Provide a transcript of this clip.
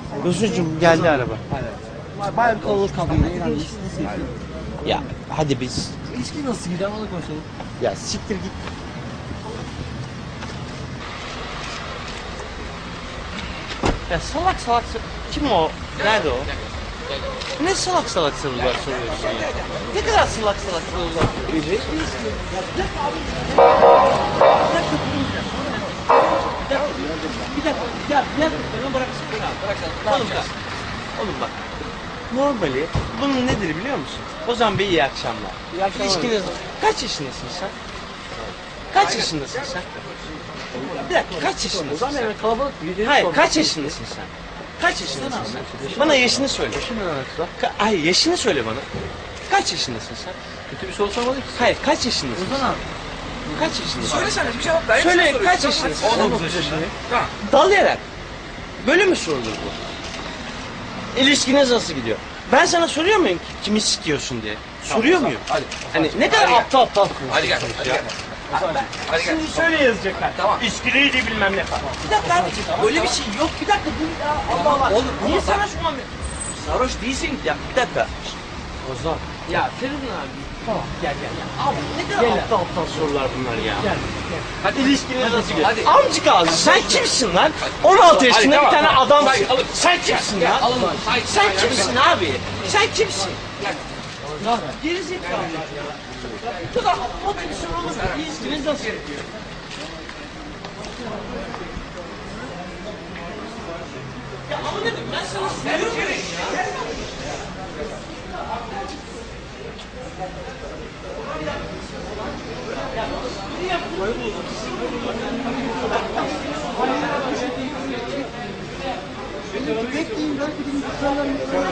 Yosuncuğum geldi araba. Bayağı bir kalabalık kaldı yine. Yani ilişki nasıl gidiyor? Ya hadi biz. İlişki nasıl gidiyor? Onu konuşalım. Ya siktir git. Ya salak salak kim o? Nerede o? Ne salak salak sorular soruyorsun ya? Ne kadar salak salak sorular soruyorsun? Bir dakika, bana bıraksana. Oğlum bak. Oğlum bak. Normali bunun nedir biliyor musun? Ozan Bey iyi akşamlar. İyi akşamlar. İlişkiniz kaç yaşındasın sen? Kaç yaşındasın sen? Bir dakika kaç yaşındasın O zaman sen? yani kalabalık. Hayır kaç yaşındasın sen? Kaç yaşındasın sen? Bana yaşını söyle. Yaşın ne alakası? Hayır yaşını söyle bana. Kaç yaşındasın sen? Kötü bir soru sormadık ki. Hayır kaç yaşındasın? Ozan abi. Kaç yaşındasın? Söylesene bir cevap ver. Söyle, Hepsini kaç soruyorsun. yaşındasın? 19 yaşındayım. Tamam. Dalayarak. Böyle mi sorulur bu? İlişkiniz nasıl gidiyor? Ben sana soruyor muyum ki kimi sikiyorsun diye? Soruyor muyum? Hadi. Hani ne kadar aptal aptal Hadi gel. konuşuyorsunuz Hadi ya? gel. Hadi gel. Şimdi şöyle yazacaklar. Tamam. İskileydi bilmem ne falan. Bir dakika abi. Böyle bir şey yok. Bir dakika dur ya. Allah Allah. Oğlum, Niye ama sana şu an... Sarhoş değilsin. Ya bir dakika. Ozan. Ya Feridun abi. Tamam gel. Abi ne kadar aptal aptal sorular bunlar ya. Hadi. İlişkiniz nasıl gidiyor? Hadi. Amcık ağzı sen kimsin lan? 16 yaşında Hadi, bir tane tamam. adam. Hayır, alın. Sen kimsin Gel, lan? alın. Hayır, Sen hayır, kimsin abi? Sen kimsin? Gel. Gerizekalı ya. Bu kadar aptal bir soru olur mu? İlişkiniz nasıl gidiyor? Ya ama ne dedim ben sana seviyorum ya. Bekleyin belki bir insanlar